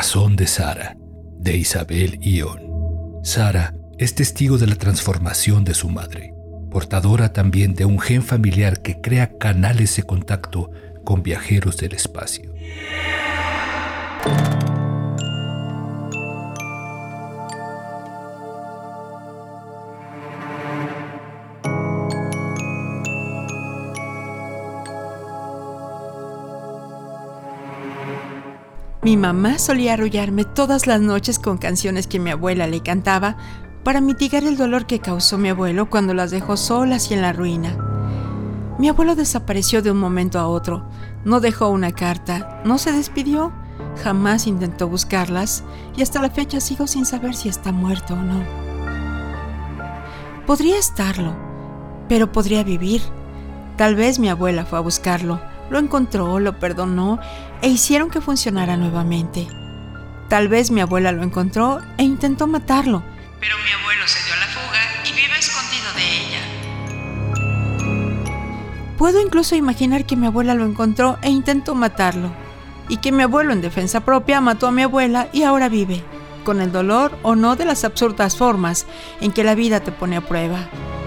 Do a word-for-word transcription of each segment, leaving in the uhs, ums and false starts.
corazón de Sara, de Isabel Ión. Sara es testigo de la transformación de su madre, portadora también de un gen familiar que crea canales de contacto con viajeros del espacio. Mi mamá solía arrullarme todas las noches con canciones que mi abuela le cantaba para mitigar el dolor que causó mi abuelo cuando las dejó solas y en la ruina. Mi abuelo desapareció de un momento a otro, no dejó una carta, no se despidió, jamás intentó buscarlas y hasta la fecha sigo sin saber si está muerto o no. Podría estarlo, pero podría vivir. Tal vez mi abuela fue a buscarlo, lo encontró, lo perdonó e hicieron que funcionara nuevamente. Tal vez mi abuela lo encontró e intentó matarlo, pero mi abuelo se dio a la fuga y vive escondido de ella. Puedo incluso imaginar que mi abuela lo encontró e intentó matarlo, y que mi abuelo en defensa propia mató a mi abuela y ahora vive, con el dolor o no de las absurdas formas en que la vida te pone a prueba.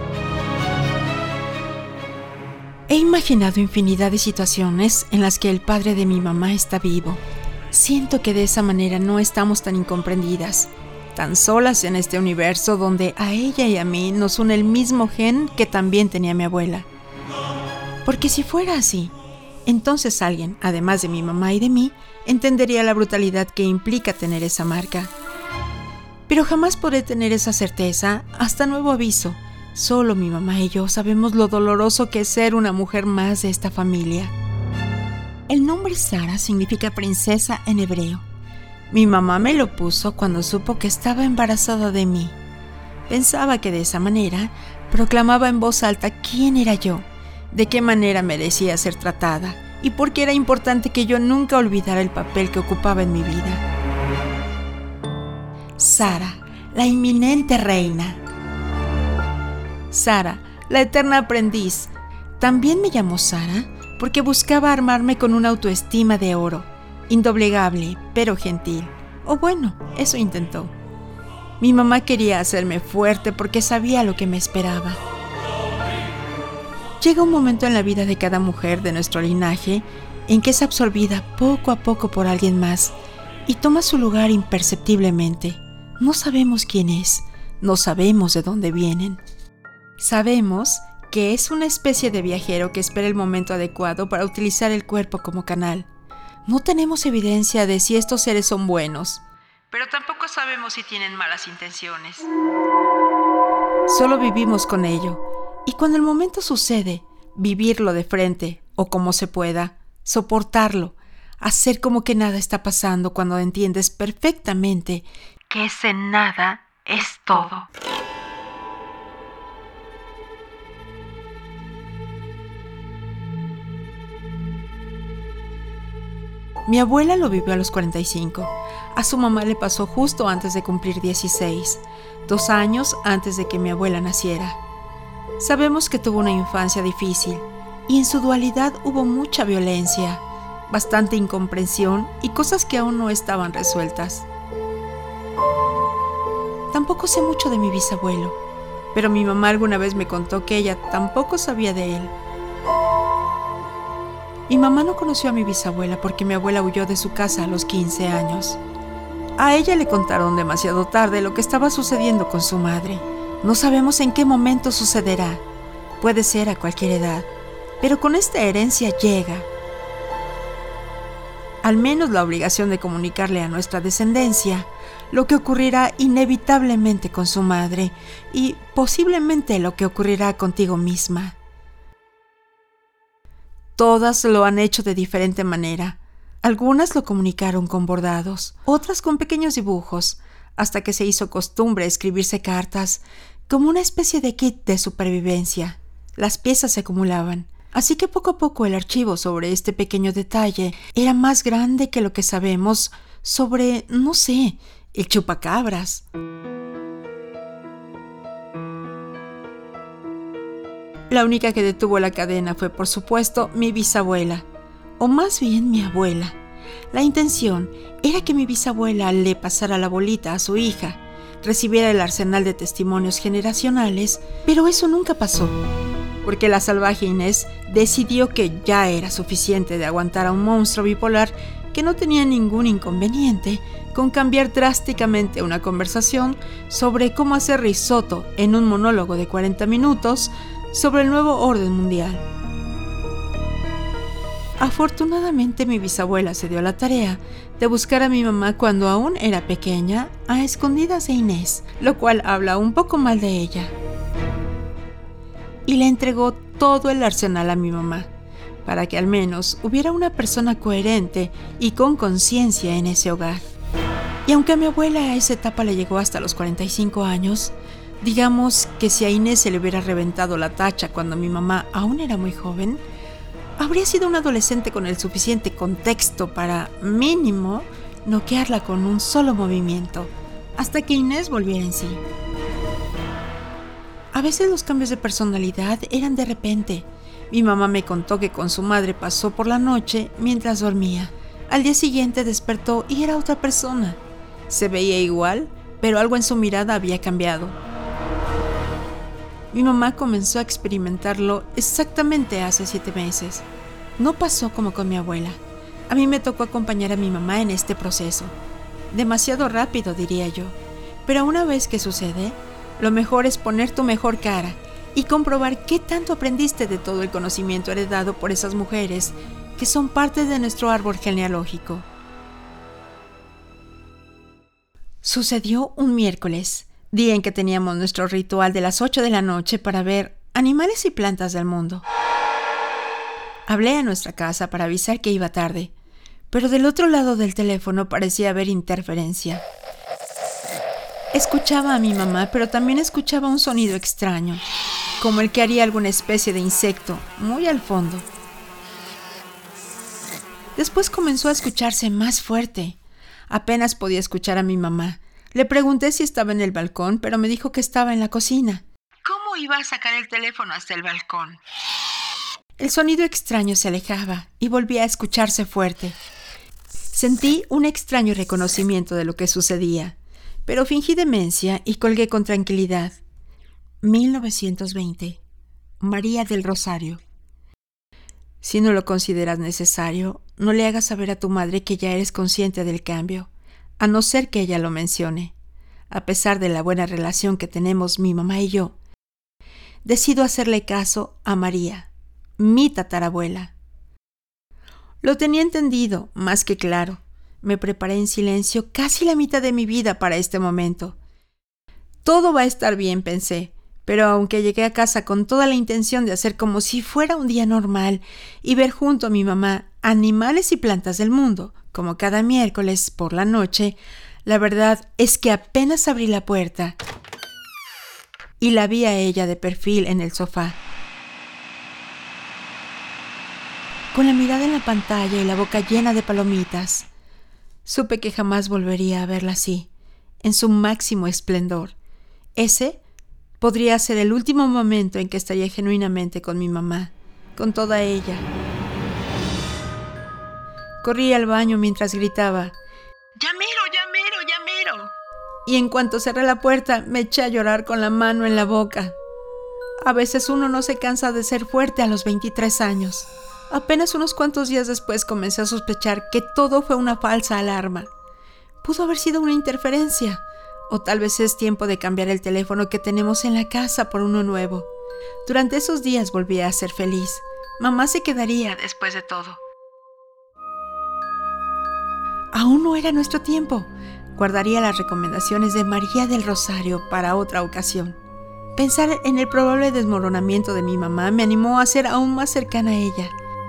He imaginado infinidad de situaciones en las que el padre de mi mamá está vivo. Siento que de esa manera no estamos tan incomprendidas, tan solas en este universo donde a ella y a mí nos une el mismo gen que también tenía mi abuela. Porque si fuera así, entonces alguien, además de mi mamá y de mí, entendería la brutalidad que implica tener esa marca. Pero jamás podré tener esa certeza hasta nuevo aviso. Solo mi mamá y yo sabemos lo doloroso que es ser una mujer más de esta familia. El nombre Sara significa princesa en hebreo. Mi mamá me lo puso cuando supo que estaba embarazada de mí. Pensaba que de esa manera proclamaba en voz alta quién era yo, de qué manera merecía ser tratada y por qué era importante que yo nunca olvidara el papel que ocupaba en mi vida. Sara, la inminente reina. Sara, la eterna aprendiz. También me llamó Sara porque buscaba armarme con una autoestima de oro, indoblegable, pero gentil. O bueno, eso intentó. Mi mamá quería hacerme fuerte porque sabía lo que me esperaba. Llega un momento en la vida de cada mujer de nuestro linaje en que es absorbida poco a poco por alguien más y toma su lugar imperceptiblemente. No sabemos quién es, no sabemos de dónde vienen. Sabemos que es una especie de viajero que espera el momento adecuado para utilizar el cuerpo como canal. No tenemos evidencia de si estos seres son buenos, pero tampoco sabemos si tienen malas intenciones. Solo vivimos con ello, y cuando el momento sucede, vivirlo de frente o como se pueda, soportarlo, hacer como que nada está pasando cuando entiendes perfectamente que ese nada es todo. Mi abuela lo vivió a los cuarenta y cinco. A su mamá le pasó justo antes de cumplir dieciséis, dos años antes de que mi abuela naciera. Sabemos que tuvo una infancia difícil y en su dualidad hubo mucha violencia, bastante incomprensión y cosas que aún no estaban resueltas. Tampoco sé mucho de mi bisabuelo, pero mi mamá alguna vez me contó que ella tampoco sabía de él. Mi mamá no conoció a mi bisabuela porque mi abuela huyó de su casa a los quince años. A ella le contaron demasiado tarde lo que estaba sucediendo con su madre. No sabemos en qué momento sucederá. Puede ser a cualquier edad, pero con esta herencia llega al menos la obligación de comunicarle a nuestra descendencia lo que ocurrirá inevitablemente con su madre y posiblemente lo que ocurrirá contigo misma. Todas lo han hecho de diferente manera. Algunas lo comunicaron con bordados, otras con pequeños dibujos, hasta que se hizo costumbre escribirse cartas como una especie de kit de supervivencia. Las piezas se acumulaban, así que poco a poco el archivo sobre este pequeño detalle era más grande que lo que sabemos sobre, no sé, el chupacabras. La única que detuvo la cadena fue, por supuesto, mi bisabuela, o más bien mi abuela, La intención era que mi bisabuela le pasara la bolita a su hija, recibiera el arsenal de testimonios generacionales, pero eso nunca pasó, porque la salvaje Inés decidió que ya era suficiente de aguantar a un monstruo bipolar que no tenía ningún inconveniente con cambiar drásticamente una conversación sobre cómo hacer risotto en un monólogo de cuarenta minutos sobre el nuevo orden mundial. Afortunadamente, mi bisabuela se dio a la tarea de buscar a mi mamá cuando aún era pequeña, a escondidas de Inés, lo cual habla un poco mal de ella. Y le entregó todo el arsenal a mi mamá, para que al menos hubiera una persona coherente y con conciencia en ese hogar. Y aunque a mi abuela a esa etapa le llegó hasta los cuarenta y cinco años, digamos que si a Inés se le hubiera reventado la tacha cuando mi mamá aún era muy joven, habría sido una adolescente con el suficiente contexto para, mínimo, noquearla con un solo movimiento, hasta que Inés volviera en sí. A veces los cambios de personalidad eran de repente. Mi mamá me contó que con su madre pasó por la noche mientras dormía. Al día siguiente despertó y era otra persona. Se veía igual, pero algo en su mirada había cambiado. Mi mamá comenzó a experimentarlo exactamente hace siete meses. No pasó como con mi abuela. A mí me tocó acompañar a mi mamá en este proceso. Demasiado rápido, diría yo. Pero una vez que sucede, lo mejor es poner tu mejor cara y comprobar qué tanto aprendiste de todo el conocimiento heredado por esas mujeres que son parte de nuestro árbol genealógico. Sucedió un miércoles, día en que teníamos nuestro ritual de las ocho de la noche para ver animales y plantas del mundo. Hablé a nuestra casa para avisar que iba tarde, pero del otro lado del teléfono parecía haber interferencia. Escuchaba a mi mamá, pero también escuchaba un sonido extraño, como el que haría alguna especie de insecto, muy al fondo. Después comenzó a escucharse más fuerte. Apenas podía escuchar a mi mamá. Le pregunté si estaba en el balcón, pero me dijo que estaba en la cocina. ¿Cómo iba a sacar el teléfono hasta el balcón? El sonido extraño se alejaba y volvía a escucharse fuerte. Sentí un extraño reconocimiento de lo que sucedía, pero fingí demencia y colgué con tranquilidad. mil novecientos veinte. María del Rosario. Si no lo consideras necesario, no le hagas saber a tu madre que ya eres consciente del cambio, a no ser que ella lo mencione. A pesar de la buena relación que tenemos mi mamá y yo, decido hacerle caso a María, mi tatarabuela. Lo tenía entendido, más que claro. Me preparé en silencio casi la mitad de mi vida para este momento. Todo va a estar bien, pensé, pero aunque llegué a casa con toda la intención de hacer como si fuera un día normal y ver junto a mi mamá animales y plantas del mundo, como cada miércoles por la noche, la verdad es que apenas abrí la puerta y la vi a ella de perfil en el sofá, con la mirada en la pantalla y la boca llena de palomitas. Supe que jamás volvería a verla así, en su máximo esplendor. Ese podría ser el último momento en que estaría genuinamente con mi mamá, con toda ella. Corrí al baño mientras gritaba, ¡Ya mero, ya mero, ya mero! Y en cuanto cerré la puerta, me eché a llorar con la mano en la boca. A veces uno no se cansa de ser fuerte a los veintitrés años. Apenas unos cuantos días después comencé a sospechar que todo fue una falsa alarma. Pudo haber sido una interferencia, o tal vez es tiempo de cambiar el teléfono que tenemos en la casa por uno nuevo. Durante esos días volví a ser feliz. Mamá se quedaría después de todo. Aún no era nuestro tiempo. Guardaría las recomendaciones de María del Rosario para otra ocasión. Pensar en el probable desmoronamiento de mi mamá me animó a ser aún más cercana a ella.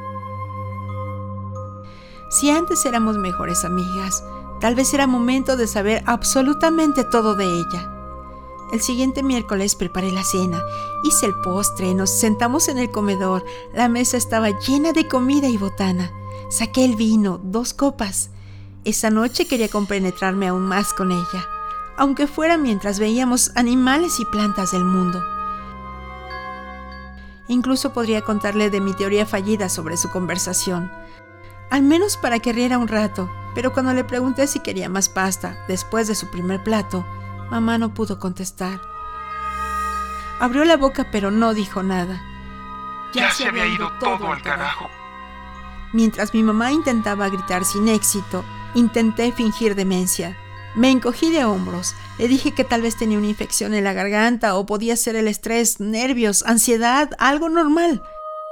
Si antes éramos mejores amigas, tal vez era momento de saber absolutamente todo de ella. El siguiente miércoles preparé la cena, hice el postre, nos sentamos en el comedor, la mesa estaba llena de comida y botana. Saqué el vino, dos copas. Esa noche quería compenetrarme aún más con ella, aunque fuera mientras veíamos animales y plantas del mundo. Incluso podría contarle de mi teoría fallida sobre su conversación. al menos para que riera un rato, pero cuando le pregunté si quería más pasta después de su primer plato, mamá no pudo contestar. Abrió la boca pero no dijo nada. Ya, ya se había ido todo al carajo. Mientras mi mamá intentaba gritar sin éxito, intenté fingir demencia. Me encogí de hombros. Le dije que tal vez tenía una infección en la garganta o podía ser el estrés, nervios, ansiedad, algo normal.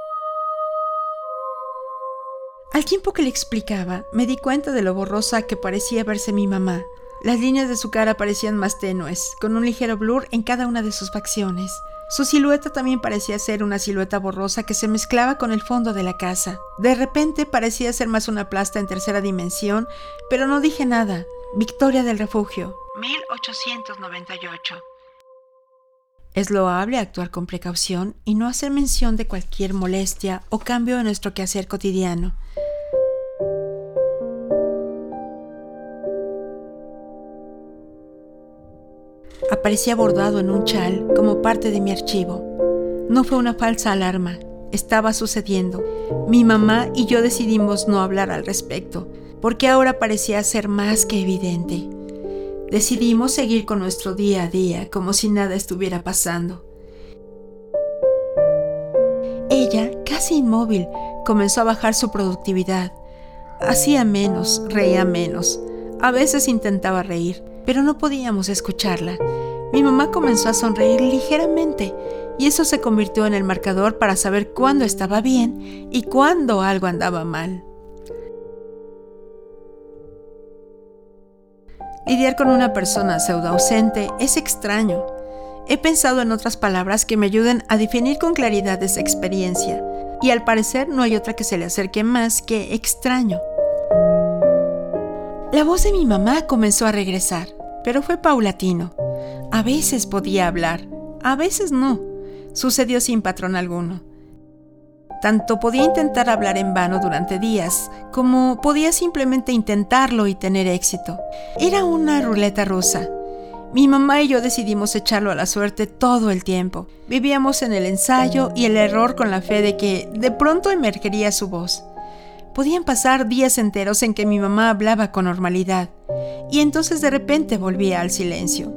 Al tiempo que le explicaba, me di cuenta de lo borrosa que parecía verse mi mamá. Las líneas de su cara parecían más tenues, con un ligero blur en cada una de sus facciones. Su silueta también parecía ser una silueta borrosa que se mezclaba con el fondo de la casa. De repente parecía ser más una plasta en tercera dimensión, pero no dije nada. Victoria del Refugio, mil ochocientos noventa y ocho. Es loable actuar con precaución y no hacer mención de cualquier molestia o cambio en nuestro quehacer cotidiano. Aparecía bordado en un chal como parte de mi archivo. No fue una falsa alarma, estaba sucediendo. Mi mamá y yo decidimos no hablar al respecto, porque ahora parecía ser más que evidente. Decidimos seguir con nuestro día a día como si nada estuviera pasando. Ella, casi inmóvil, comenzó a bajar su productividad. Hacía menos, reía menos. A veces intentaba reír, pero no podíamos escucharla. Mi mamá comenzó a sonreír ligeramente y eso se convirtió en el marcador para saber cuándo estaba bien y cuándo algo andaba mal. Lidiar con una persona pseudoausente es extraño. He pensado en otras palabras que me ayuden a definir con claridad esa experiencia y al parecer no hay otra que se le acerque más que extraño. La voz de mi mamá comenzó a regresar, pero fue paulatino. A veces podía hablar, a veces no. Sucedió sin patrón alguno. Tanto podía intentar hablar en vano durante días, como podía simplemente intentarlo y tener éxito. Era una ruleta rusa. Mi mamá y yo decidimos echarlo a la suerte todo el tiempo. Vivíamos en el ensayo y el error con la fe de que de pronto emergería su voz. Podían pasar días enteros en que mi mamá hablaba con normalidad, y entonces de repente volvía al silencio.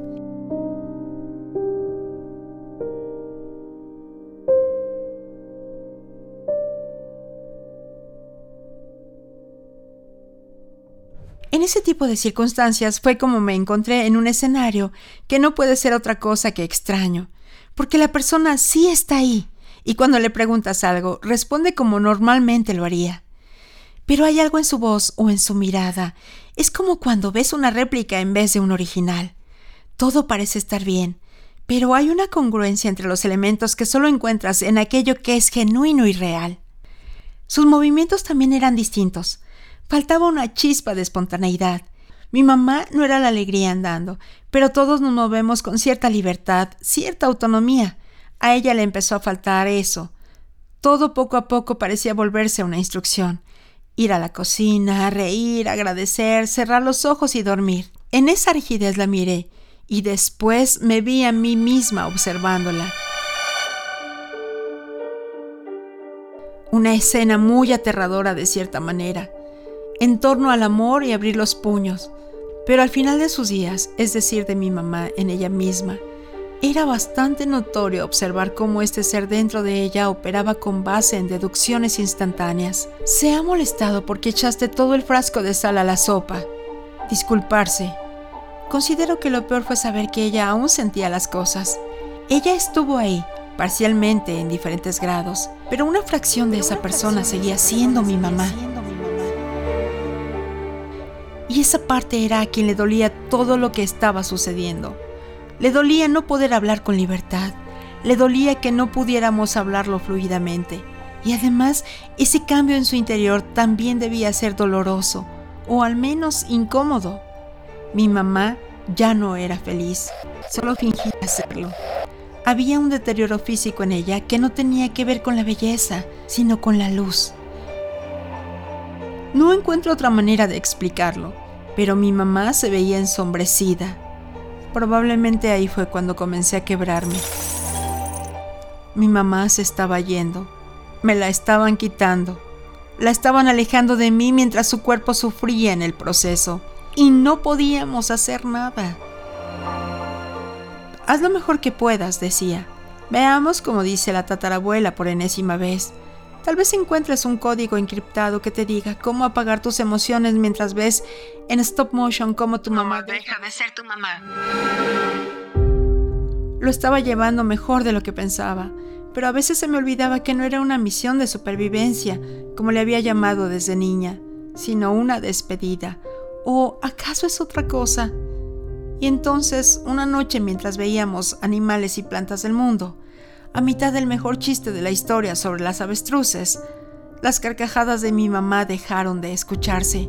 En ese tipo de circunstancias fue como me encontré en un escenario que no puede ser otra cosa que extraño, porque la persona sí está ahí, y cuando le preguntas algo, responde como normalmente lo haría. Pero hay algo en su voz o en su mirada. Es como cuando ves una réplica en vez de un original. Todo parece estar bien, pero hay una congruencia entre los elementos que solo encuentras en aquello que es genuino y real. Sus movimientos también eran distintos. Faltaba una chispa de espontaneidad. Mi mamá no era la alegría andando, pero todos nos movemos con cierta libertad, cierta autonomía. A ella le empezó a faltar eso. Todo poco a poco parecía volverse una instrucción. Ir a la cocina, reír, agradecer, cerrar los ojos y dormir. En esa rigidez la miré y después me vi a mí misma observándola. Una escena muy aterradora de cierta manera, en torno al amor y abrir los puños. Pero al final de sus días, es decir, de mi mamá en ella misma, era bastante notorio observar cómo este ser dentro de ella operaba con base en deducciones instantáneas. Se ha molestado porque echaste todo el frasco de sal a la sopa. Disculparse. Considero que lo peor fue saber que ella aún sentía las cosas. Ella estuvo ahí, parcialmente en diferentes grados, pero una fracción de esa persona seguía siendo mi mamá. Y esa parte era a quien le dolía todo lo que estaba sucediendo. Le dolía no poder hablar con libertad. Le dolía que no pudiéramos hablarlo fluidamente. Y además, ese cambio en su interior también debía ser doloroso, o al menos incómodo. Mi mamá ya no era feliz, solo fingía serlo. Había un deterioro físico en ella que no tenía que ver con la belleza, sino con la luz. No encuentro otra manera de explicarlo, pero mi mamá se veía ensombrecida. Probablemente ahí fue cuando comencé a quebrarme. Mi mamá se estaba yendo. Me la estaban quitando. La estaban alejando de mí mientras su cuerpo sufría en el proceso. Y no podíamos hacer nada. Haz lo mejor que puedas, decía. Veamos cómo dice la tatarabuela por enésima vez. Tal vez encuentres un código encriptado que te diga cómo apagar tus emociones mientras ves en stop motion cómo tu mamá deja de ser tu mamá. Lo estaba llevando mejor de lo que pensaba, pero a veces se me olvidaba que no era una misión de supervivencia, como le había llamado desde niña, sino una despedida. ¿O acaso es otra cosa? Y entonces, una noche mientras veíamos Animales y Plantas del Mundo, a mitad del mejor chiste de la historia sobre las avestruces, las carcajadas de mi mamá dejaron de escucharse.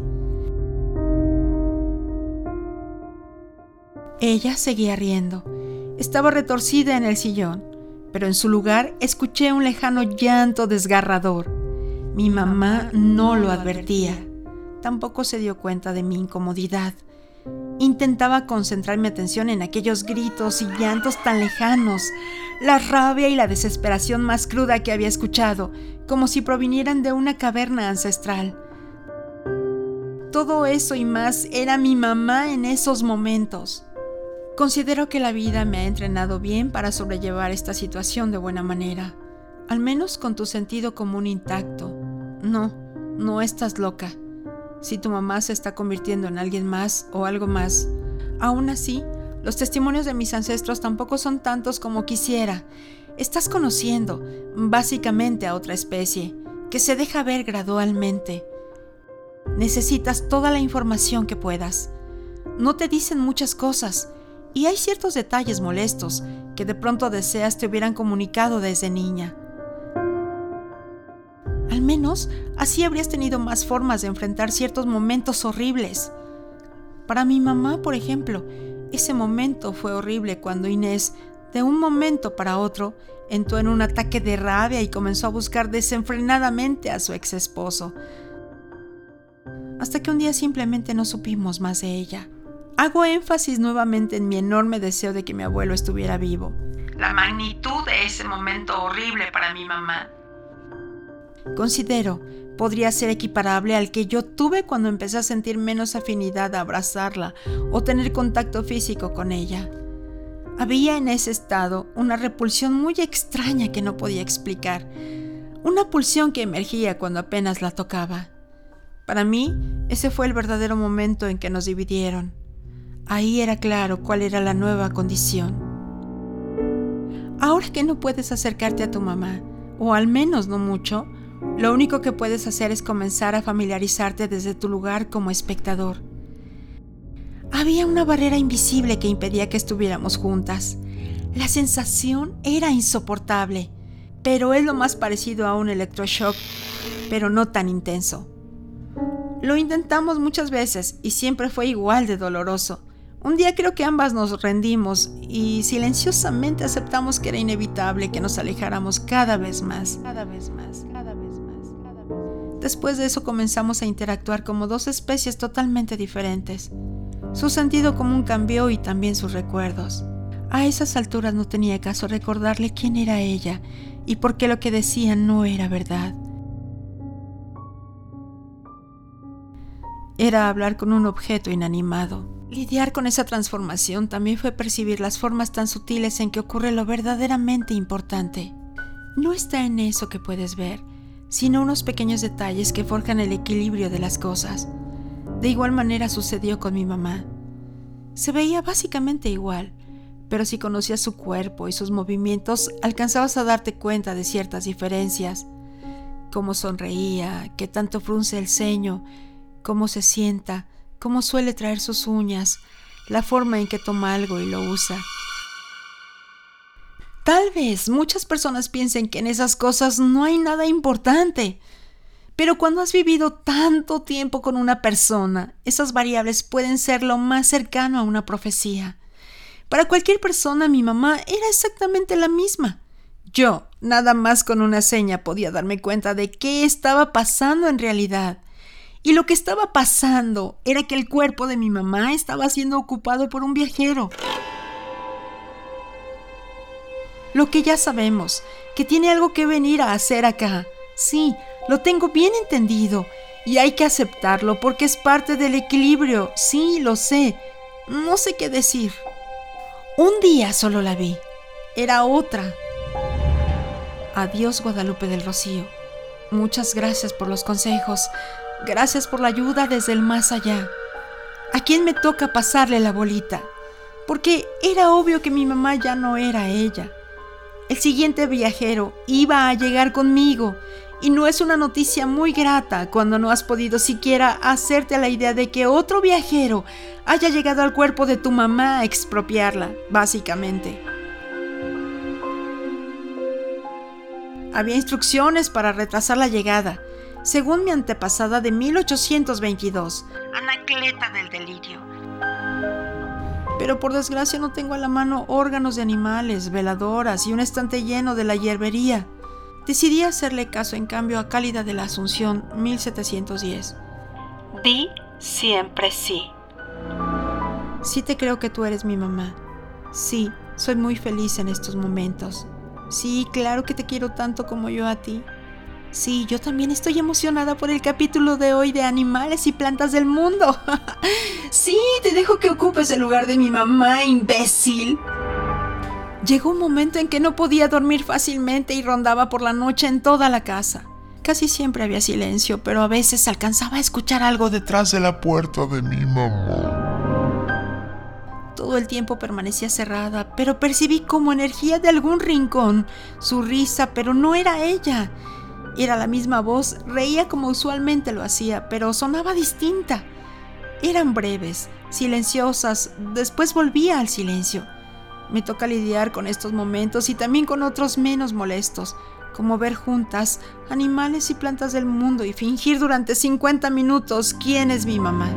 Ella seguía riendo. Estaba retorcida en el sillón, pero en su lugar escuché un lejano llanto desgarrador. Mi mamá no lo advertía. Tampoco se dio cuenta de mi incomodidad. Intentaba concentrar mi atención en aquellos gritos y llantos tan lejanos, la rabia y la desesperación más cruda que había escuchado, como si provinieran de una caverna ancestral. Todo eso y más era mi mamá en esos momentos. Considero que la vida me ha entrenado bien para sobrellevar esta situación de buena manera, al menos con tu sentido común intacto. No, no estás loca. Si tu mamá se está convirtiendo en alguien más o algo más, aún así, los testimonios de mis ancestros tampoco son tantos como quisiera. Estás conociendo, básicamente, a otra especie, que se deja ver gradualmente. Necesitas toda la información que puedas. No te dicen muchas cosas, y hay ciertos detalles molestos que de pronto deseas te hubieran comunicado desde niña. Al menos así habrías tenido más formas de enfrentar ciertos momentos horribles. Para mi mamá, por ejemplo, ese momento fue horrible cuando Inés, de un momento para otro, entró en un ataque de rabia y comenzó a buscar desenfrenadamente a su ex esposo. Hasta que un día simplemente no supimos más de ella. Hago énfasis nuevamente en mi enorme deseo de que mi abuelo estuviera vivo. La magnitud de ese momento horrible para mi mamá, considero, podría ser equiparable al que yo tuve cuando empecé a sentir menos afinidad a abrazarla o tener contacto físico con ella. Había en ese estado una repulsión muy extraña que no podía explicar, una pulsión que emergía cuando apenas la tocaba. Para mí, ese fue el verdadero momento en que nos dividieron. Ahí era claro cuál era la nueva condición. Ahora que no puedes acercarte a tu mamá, o al menos no mucho, lo único que puedes hacer es comenzar a familiarizarte desde tu lugar como espectador. Había una barrera invisible que impedía que estuviéramos juntas. La sensación era insoportable, pero es lo más parecido a un electroshock, pero no tan intenso. Lo intentamos muchas veces y siempre fue igual de doloroso. Un día creo que ambas nos rendimos y silenciosamente aceptamos que era inevitable que nos alejáramos cada vez más, cada vez más, cada vez más, cada vez más. Después de eso comenzamos a interactuar como dos especies totalmente diferentes. Su sentido común cambió y también sus recuerdos. A esas alturas no tenía caso recordarle quién era ella y por qué lo que decía no era verdad. Era hablar con un objeto inanimado. Lidiar con esa transformación también fue percibir las formas tan sutiles en que ocurre lo verdaderamente importante. No está en eso que puedes ver, sino unos pequeños detalles que forjan el equilibrio de las cosas. De igual manera sucedió con mi mamá. Se veía básicamente igual, pero si conocías su cuerpo y sus movimientos, alcanzabas a darte cuenta de ciertas diferencias. Cómo sonreía, qué tanto frunce el ceño, cómo se sienta, cómo suele traer sus uñas, la forma en que toma algo y lo usa. Tal vez muchas personas piensen que en esas cosas no hay nada importante, pero cuando has vivido tanto tiempo con una persona, esas variables pueden ser lo más cercano a una profecía. Para cualquier persona, mi mamá era exactamente la misma. Yo, nada más con una seña, podía darme cuenta de qué estaba pasando en realidad. Y lo que estaba pasando era que el cuerpo de mi mamá estaba siendo ocupado por un viajero. Lo que ya sabemos, que tiene algo que venir a hacer acá. Sí, Lo tengo bien entendido y hay que aceptarlo porque es parte del equilibrio. Sí, lo sé. No sé qué decir. Un día solo la vi. Era otra. Adiós, Guadalupe del Rocío. Muchas gracias por los consejos. Gracias por la ayuda desde el más allá. ¿A quién me toca pasarle la bolita? Porque era obvio que mi mamá ya no era ella. El siguiente viajero iba a llegar conmigo. Y no es una noticia muy grata cuando no has podido siquiera hacerte a la idea de que otro viajero haya llegado al cuerpo de tu mamá a expropiarla, básicamente. Había instrucciones para retrasar la llegada, según mi antepasada de mil ochocientos veintidós, Anacleta del Delirio. Pero por desgracia no tengo a la mano órganos de animales, veladoras y un estante lleno de la hierbería. Decidí hacerle caso en cambio a Cálida de la Asunción, mil setecientos diez. Di siempre sí. Sí te creo que tú eres mi mamá. Sí, soy muy feliz en estos momentos. Sí, claro que te quiero tanto como yo a ti. Sí, yo también estoy emocionada por el capítulo de hoy de Animales y Plantas del Mundo. Sí, te dejo que ocupes el lugar de mi mamá, imbécil. Llegó un momento en que no podía dormir fácilmente y rondaba por la noche en toda la casa. Casi siempre había silencio, pero a veces alcanzaba a escuchar algo detrás de la puerta de mi mamá. Todo el tiempo permanecía cerrada, pero percibí como energía de algún rincón su risa, pero no era ella. Era la misma voz, reía como usualmente lo hacía, pero sonaba distinta. Eran breves, silenciosas, después volvía al silencio. Me toca lidiar con estos momentos y también con otros menos molestos, como ver juntas animales y plantas del mundo y fingir durante cincuenta minutos quién es mi mamá.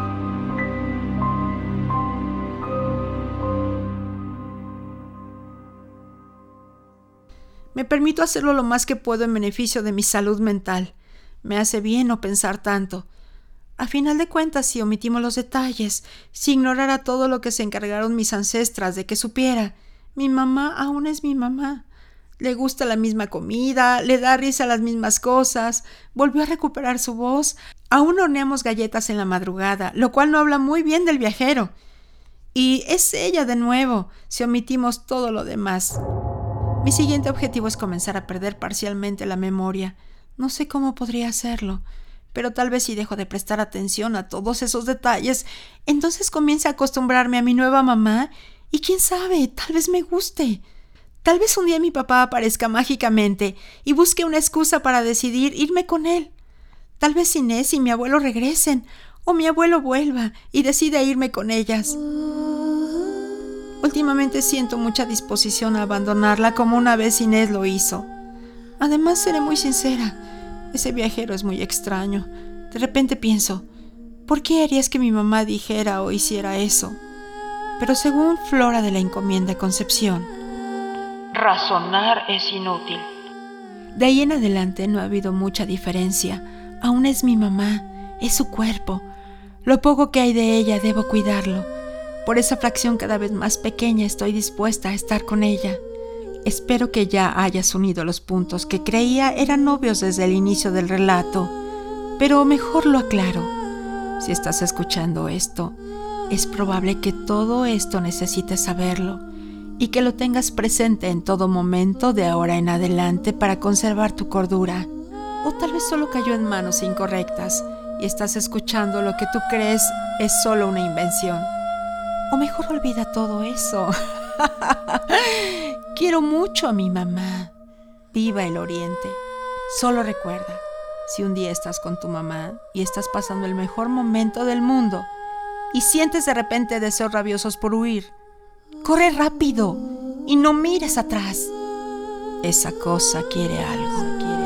Me permito hacerlo lo más que puedo en beneficio de mi salud mental. Me hace bien no pensar tanto. A final de cuentas, si omitimos los detalles, si ignorara todo lo que se encargaron mis ancestras de que supiera, mi mamá aún es mi mamá. Le gusta la misma comida, le da risa las mismas cosas, volvió a recuperar su voz. Aún horneamos galletas en la madrugada, lo cual no habla muy bien del viajero. Y es ella de nuevo, si omitimos todo lo demás. Mi siguiente objetivo es comenzar a perder parcialmente la memoria. No sé cómo podría hacerlo. Pero tal vez si dejo de prestar atención a todos esos detalles, entonces comience a acostumbrarme a mi nueva mamá y quién sabe, tal vez me guste. Tal vez un día mi papá aparezca mágicamente y busque una excusa para decidir irme con él. Tal vez Inés y mi abuelo regresen o mi abuelo vuelva y decida irme con ellas. Últimamente siento mucha disposición a abandonarla como una vez Inés lo hizo. Además, seré muy sincera. Ese viajero es muy extraño. De repente pienso, ¿por qué harías que mi mamá dijera o hiciera eso? Pero según Flora de la Encomienda Concepción, razonar es inútil. De ahí en adelante no ha habido mucha diferencia. Aún es mi mamá, es su cuerpo. Lo poco que hay de ella debo cuidarlo. Por esa fracción cada vez más pequeña estoy dispuesta a estar con ella. Espero que ya hayas unido los puntos que creía eran obvios desde el inicio del relato, pero mejor lo aclaro. Si estás escuchando esto, es probable que todo esto necesites saberlo y que lo tengas presente en todo momento de ahora en adelante para conservar tu cordura. O tal vez solo cayó en manos incorrectas y estás escuchando lo que tú crees es solo una invención. O mejor olvida todo eso. Quiero mucho a mi mamá. Viva el Oriente. Solo recuerda, si un día estás con tu mamá y estás pasando el mejor momento del mundo y sientes de repente deseos rabiosos por huir, corre rápido y no mires atrás. Esa cosa quiere algo.